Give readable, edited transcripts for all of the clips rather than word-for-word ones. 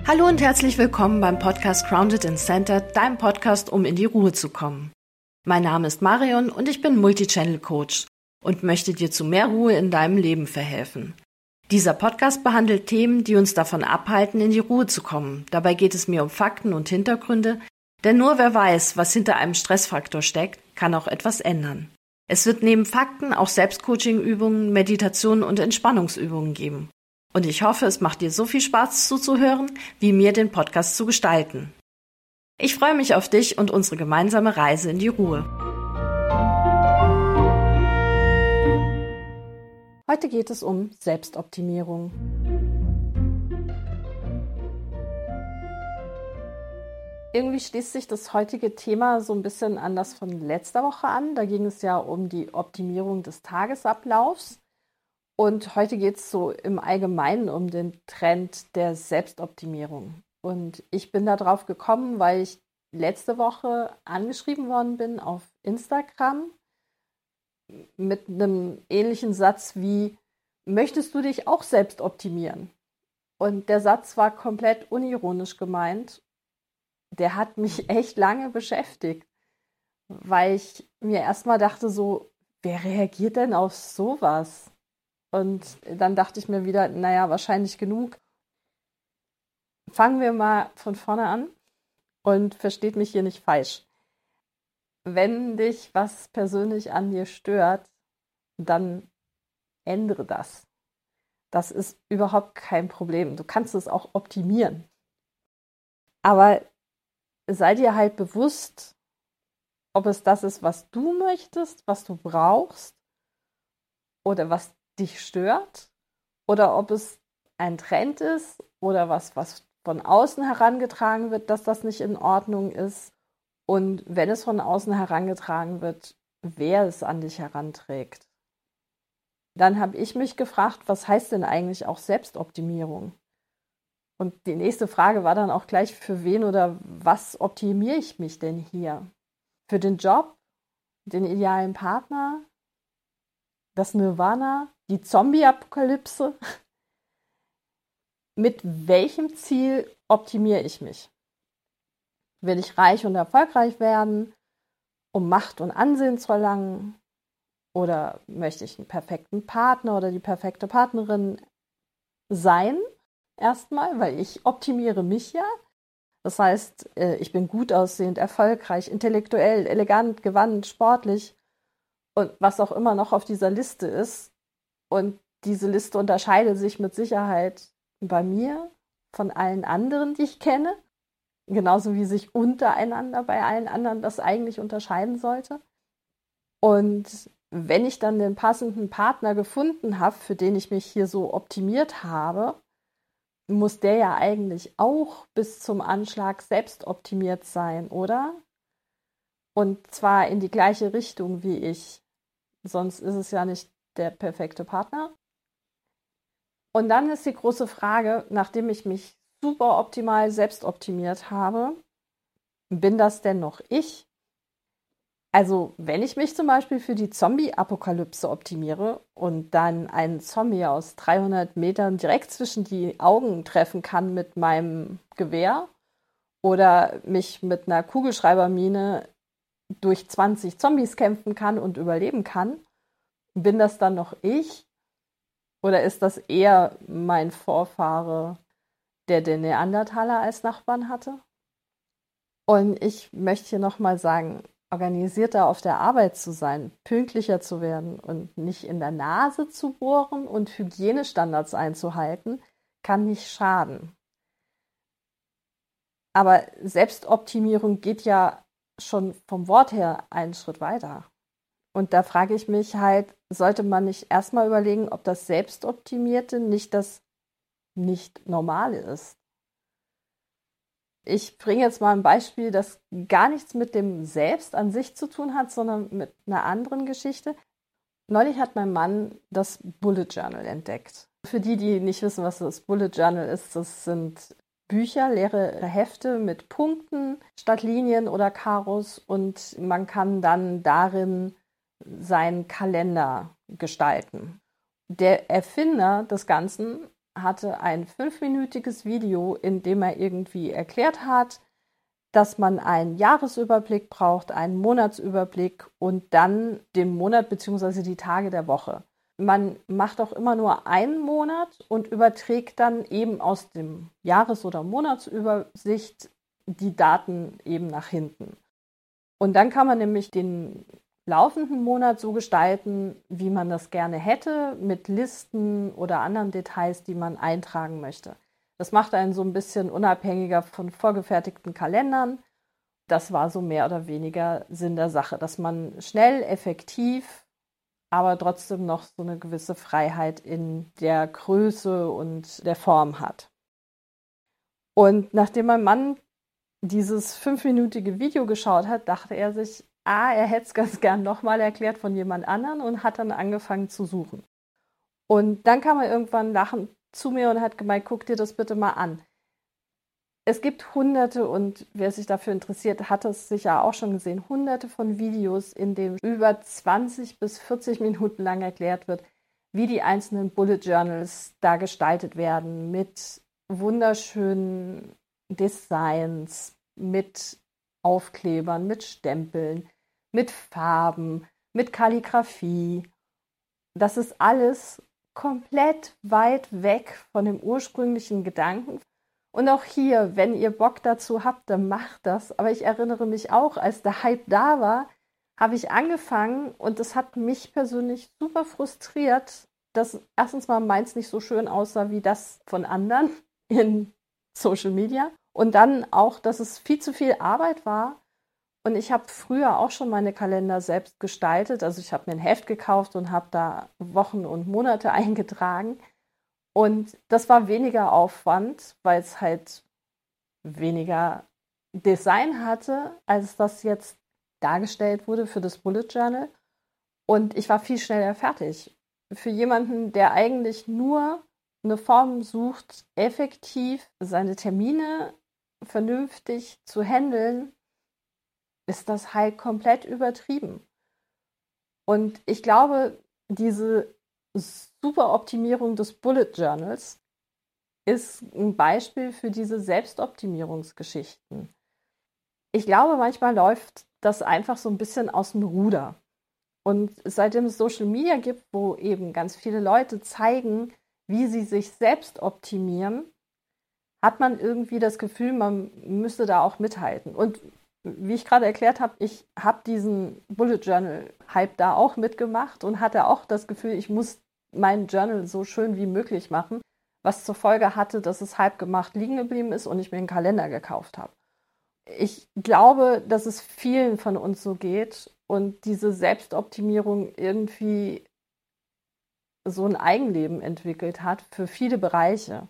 Hallo und herzlich willkommen beim Podcast Grounded and Centered, deinem Podcast, um in die Ruhe zu kommen. Mein Name ist Marion und ich bin Multichannel-Coach und möchte dir zu mehr Ruhe in deinem Leben verhelfen. Dieser Podcast behandelt Themen, die uns davon abhalten, in die Ruhe zu kommen. Dabei geht es mir um Fakten und Hintergründe, denn nur wer weiß, was hinter einem Stressfaktor steckt, kann auch etwas ändern. Es wird neben Fakten auch Selbstcoaching-Übungen, Meditationen und Entspannungsübungen geben. Und ich hoffe, es macht dir so viel Spaß zuzuhören, wie mir den Podcast zu gestalten. Ich freue mich auf dich und unsere gemeinsame Reise in die Ruhe. Heute geht es um Selbstoptimierung. Irgendwie schließt sich das heutige Thema so ein bisschen an das von letzter Woche an. Da ging es ja um die Optimierung des Tagesablaufs. Und heute geht es so im Allgemeinen um den Trend der Selbstoptimierung. Und ich bin da drauf gekommen, weil ich letzte Woche angeschrieben worden bin auf Instagram mit einem ähnlichen Satz wie: Möchtest du dich auch selbst optimieren? Und der Satz war komplett unironisch gemeint. Der hat mich echt lange beschäftigt, weil ich mir erstmal dachte so, wer reagiert denn auf sowas? Und dann dachte ich mir wieder, naja, wahrscheinlich genug. Fangen wir mal von vorne an und versteht mich hier nicht falsch. Wenn dich was persönlich an dir stört, dann ändere das. Das ist überhaupt kein Problem. Du kannst es auch optimieren. Aber sei dir halt bewusst, ob es das ist, was du möchtest, was du brauchst oder was dich stört, oder ob es ein Trend ist oder was von außen herangetragen wird, dass das nicht in Ordnung ist. Und wenn es von außen herangetragen wird, wer es an dich heranträgt. Dann habe ich mich gefragt, was heißt denn eigentlich auch Selbstoptimierung? Und die nächste Frage war dann auch gleich, für wen oder was optimiere ich mich denn hier? Für den Job, den idealen Partner, das Nirvana, die Zombie-Apokalypse? Mit welchem Ziel optimiere ich mich? Will ich reich und erfolgreich werden, um Macht und Ansehen zu erlangen? Oder möchte ich einen perfekten Partner oder die perfekte Partnerin sein? Erstmal, weil ich optimiere mich ja. Das heißt, ich bin gut aussehend, erfolgreich, intellektuell, elegant, gewandt, sportlich und was auch immer noch auf dieser Liste ist. Und diese Liste unterscheidet sich mit Sicherheit bei mir von allen anderen, die ich kenne. Genauso wie sich untereinander bei allen anderen das eigentlich unterscheiden sollte. Und wenn ich dann den passenden Partner gefunden habe, für den ich mich hier so optimiert habe, muss der ja eigentlich auch bis zum Anschlag selbst optimiert sein, oder? Und zwar in die gleiche Richtung wie ich. Sonst ist es ja nicht der perfekte Partner. Und dann ist die große Frage, nachdem ich mich super optimal selbst optimiert habe, bin das denn noch ich? Also wenn ich mich zum Beispiel für die Zombie-Apokalypse optimiere und dann einen Zombie aus 300 Metern direkt zwischen die Augen treffen kann mit meinem Gewehr oder mich mit einer Kugelschreibermine durch 20 Zombies kämpfen kann und überleben kann, bin das dann noch ich? Oder ist das eher mein Vorfahre, der den Neandertaler als Nachbarn hatte? Und ich möchte hier nochmal sagen, organisierter auf der Arbeit zu sein, pünktlicher zu werden und nicht in der Nase zu bohren und Hygienestandards einzuhalten, kann nicht schaden. Aber Selbstoptimierung geht ja schon vom Wort her einen Schritt weiter. Und da frage ich mich halt, sollte man nicht erstmal überlegen, ob das Selbstoptimierte nicht das Nicht-Normale ist? Ich bringe jetzt mal ein Beispiel, das gar nichts mit dem Selbst an sich zu tun hat, sondern mit einer anderen Geschichte. Neulich hat mein Mann das Bullet Journal entdeckt. Für die, die nicht wissen, was das Bullet Journal ist, das sind Bücher, leere Hefte mit Punkten statt Linien oder Karos und man kann dann darin seinen Kalender gestalten. Der Erfinder des Ganzen hatte ein 5-minütiges Video, in dem er irgendwie erklärt hat, dass man einen Jahresüberblick braucht, einen Monatsüberblick und dann den Monat bzw. die Tage der Woche. Man macht auch immer nur einen Monat und überträgt dann eben aus dem Jahres- oder Monatsübersicht die Daten eben nach hinten. Und dann kann man nämlich den laufenden Monat so gestalten, wie man das gerne hätte, mit Listen oder anderen Details, die man eintragen möchte. Das macht einen so ein bisschen unabhängiger von vorgefertigten Kalendern. Das war so mehr oder weniger Sinn der Sache, dass man schnell, effektiv, aber trotzdem noch so eine gewisse Freiheit in der Größe und der Form hat. Und nachdem mein Mann dieses 5-minütige Video geschaut hat, dachte er sich, er hätte es ganz gern nochmal erklärt von jemand anderen und hat dann angefangen zu suchen. Und dann kam er irgendwann lachend zu mir und hat gemeint, guck dir das bitte mal an. Es gibt hunderte, und wer sich dafür interessiert, hat es sicher auch schon gesehen, hunderte von Videos, in denen über 20 bis 40 Minuten lang erklärt wird, wie die einzelnen Bullet Journals da gestaltet werden, mit wunderschönen Designs, mit Aufklebern, mit Stempeln, mit Farben, mit Kalligrafie. Das ist alles komplett weit weg von dem ursprünglichen Gedanken. Und auch hier, wenn ihr Bock dazu habt, dann macht das. Aber ich erinnere mich auch, als der Hype da war, habe ich angefangen und es hat mich persönlich super frustriert, dass erstens mal meins nicht so schön aussah wie das von anderen in Social Media und dann auch, dass es viel zu viel Arbeit war. Und ich habe früher auch schon meine Kalender selbst gestaltet. Also ich habe mir ein Heft gekauft und habe da Wochen und Monate eingetragen. Und das war weniger Aufwand, weil es halt weniger Design hatte, als das jetzt dargestellt wurde für das Bullet Journal. Und ich war viel schneller fertig. Für jemanden, der eigentlich nur eine Form sucht, effektiv seine Termine vernünftig zu handeln, ist das halt komplett übertrieben. Und ich glaube, diese super Optimierung des Bullet Journals ist ein Beispiel für diese Selbstoptimierungsgeschichten. Ich glaube, manchmal läuft das einfach so ein bisschen aus dem Ruder. Und seitdem es Social Media gibt, wo eben ganz viele Leute zeigen, wie sie sich selbst optimieren, hat man irgendwie das Gefühl, man müsste da auch mithalten. Und wie ich gerade erklärt habe, ich habe diesen Bullet Journal Hype da auch mitgemacht und hatte auch das Gefühl, ich muss mein Journal so schön wie möglich machen, was zur Folge hatte, dass es halb gemacht liegen geblieben ist und ich mir einen Kalender gekauft habe. Ich glaube, dass es vielen von uns so geht und diese Selbstoptimierung irgendwie so ein Eigenleben entwickelt hat für viele Bereiche.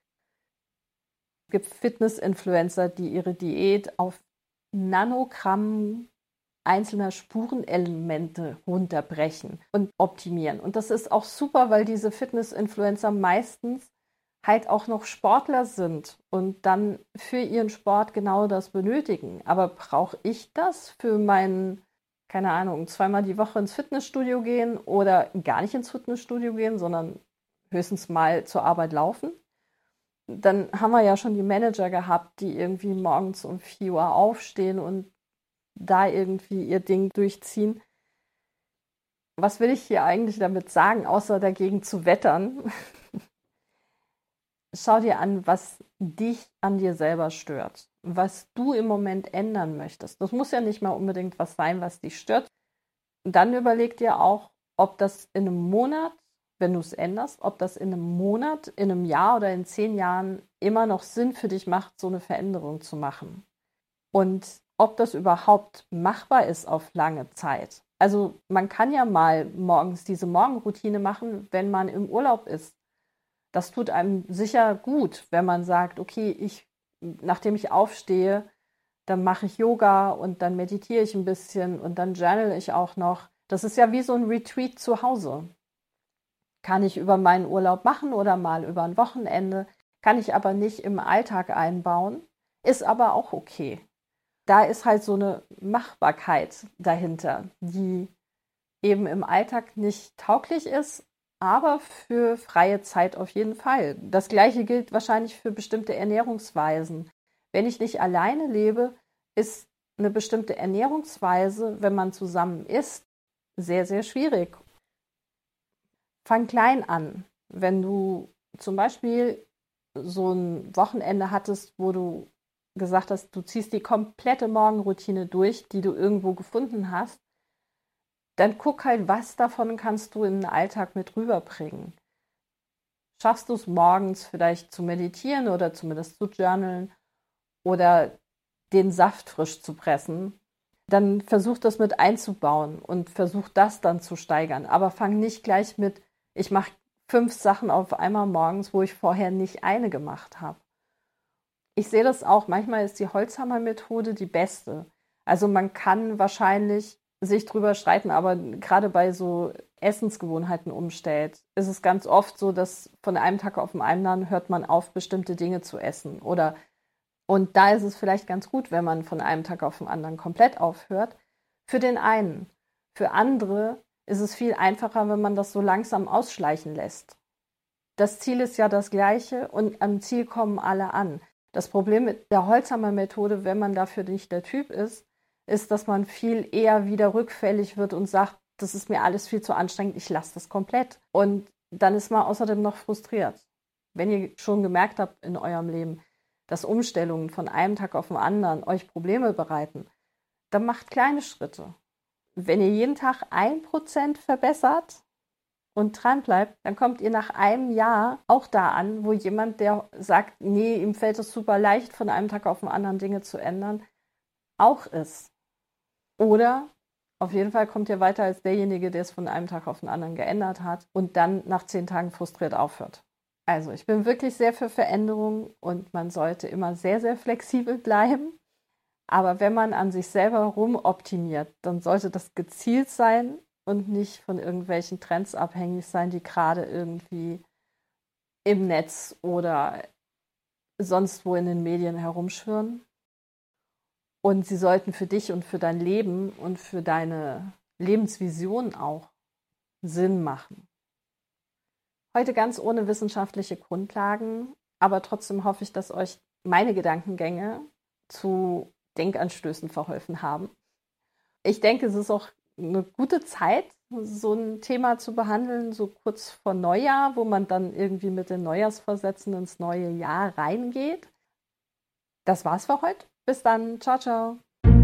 Es gibt Fitness-Influencer, die ihre Diät auf Nanogramm einzelner Spurenelemente runterbrechen und optimieren. Und das ist auch super, weil diese Fitness-Influencer meistens halt auch noch Sportler sind und dann für ihren Sport genau das benötigen. Aber brauche ich das für meinen, keine Ahnung, 2-mal die Woche ins Fitnessstudio gehen oder gar nicht ins Fitnessstudio gehen, sondern höchstens mal zur Arbeit laufen? Dann haben wir ja schon die Manager gehabt, die irgendwie morgens um 4 Uhr aufstehen und da irgendwie ihr Ding durchziehen. Was will ich hier eigentlich damit sagen, außer dagegen zu wettern? Schau dir an, was dich an dir selber stört, was du im Moment ändern möchtest. Das muss ja nicht mal unbedingt was sein, was dich stört. Und dann überleg dir auch, ob das in einem Monat, wenn du es änderst, ob das in einem Monat, in einem Jahr oder in 10 Jahren immer noch Sinn für dich macht, so eine Veränderung zu machen. Und ob das überhaupt machbar ist auf lange Zeit. Also man kann ja mal morgens diese Morgenroutine machen, wenn man im Urlaub ist. Das tut einem sicher gut, wenn man sagt, okay, nachdem ich aufstehe, dann mache ich Yoga und dann meditiere ich ein bisschen und dann journal ich auch noch. Das ist ja wie so ein Retreat zu Hause. Kann ich über meinen Urlaub machen oder mal über ein Wochenende, kann ich aber nicht im Alltag einbauen, ist aber auch okay. Da ist halt so eine Machbarkeit dahinter, die eben im Alltag nicht tauglich ist, aber für freie Zeit auf jeden Fall. Das Gleiche gilt wahrscheinlich für bestimmte Ernährungsweisen. Wenn ich nicht alleine lebe, ist eine bestimmte Ernährungsweise, wenn man zusammen isst, sehr, sehr schwierig. Fang klein an. Wenn du zum Beispiel so ein Wochenende hattest, wo du gesagt hast, du ziehst die komplette Morgenroutine durch, die du irgendwo gefunden hast, dann guck halt, was davon kannst du in den Alltag mit rüberbringen. Schaffst du es morgens vielleicht zu meditieren oder zumindest zu journalen oder den Saft frisch zu pressen, dann versuch das mit einzubauen und versuch das dann zu steigern. Aber fang nicht gleich mit, ich mache 5 Sachen auf einmal morgens, wo ich vorher nicht eine gemacht habe. Ich sehe das auch, manchmal ist die Holzhammer-Methode die beste. Also man kann wahrscheinlich sich drüber streiten, aber gerade bei so Essensgewohnheiten umstellt, ist es ganz oft so, dass von einem Tag auf den anderen hört man auf, bestimmte Dinge zu essen. Und da ist es vielleicht ganz gut, wenn man von einem Tag auf den anderen komplett aufhört. Für den einen. Für andere ist es viel einfacher, wenn man das so langsam ausschleichen lässt. Das Ziel ist ja das gleiche und am Ziel kommen alle an. Das Problem mit der Holzhammer-Methode, wenn man dafür nicht der Typ ist, dass man viel eher wieder rückfällig wird und sagt, das ist mir alles viel zu anstrengend, ich lasse das komplett. Und dann ist man außerdem noch frustriert. Wenn ihr schon gemerkt habt in eurem Leben, dass Umstellungen von einem Tag auf den anderen euch Probleme bereiten, dann macht kleine Schritte. Wenn ihr jeden Tag 1% verbessert und dran bleibt, dann kommt ihr nach einem Jahr auch da an, wo jemand, der sagt, nee, ihm fällt es super leicht, von einem Tag auf den anderen Dinge zu ändern, auch ist. Oder auf jeden Fall kommt ihr weiter als derjenige, der es von einem Tag auf den anderen geändert hat und dann nach 10 Tagen frustriert aufhört. Also ich bin wirklich sehr für Veränderung und man sollte immer sehr, sehr flexibel bleiben. Aber wenn man an sich selber rumoptimiert, dann sollte das gezielt sein und nicht von irgendwelchen Trends abhängig sein, die gerade irgendwie im Netz oder sonst wo in den Medien herumschwirren. Und sie sollten für dich und für dein Leben und für deine Lebensvision auch Sinn machen. Heute ganz ohne wissenschaftliche Grundlagen, aber trotzdem hoffe ich, dass euch meine Gedankengänge zu Denkanstößen verholfen haben. Ich denke, es ist auch eine gute Zeit, so ein Thema zu behandeln, so kurz vor Neujahr, wo man dann irgendwie mit den Neujahrsvorsätzen ins neue Jahr reingeht. Das war's für heute. Bis dann. Ciao, ciao.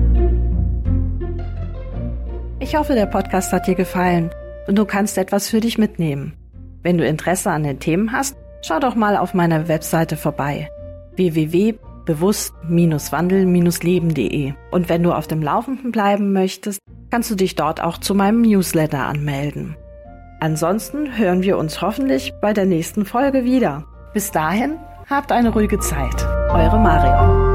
Ich hoffe, der Podcast hat dir gefallen und du kannst etwas für dich mitnehmen. Wenn du Interesse an den Themen hast, schau doch mal auf meiner Webseite vorbei. www.bewusst-wandel-leben.de. Und wenn du auf dem Laufenden bleiben möchtest, kannst du dich dort auch zu meinem Newsletter anmelden. Ansonsten hören wir uns hoffentlich bei der nächsten Folge wieder. Bis dahin, habt eine ruhige Zeit. Eure Marion.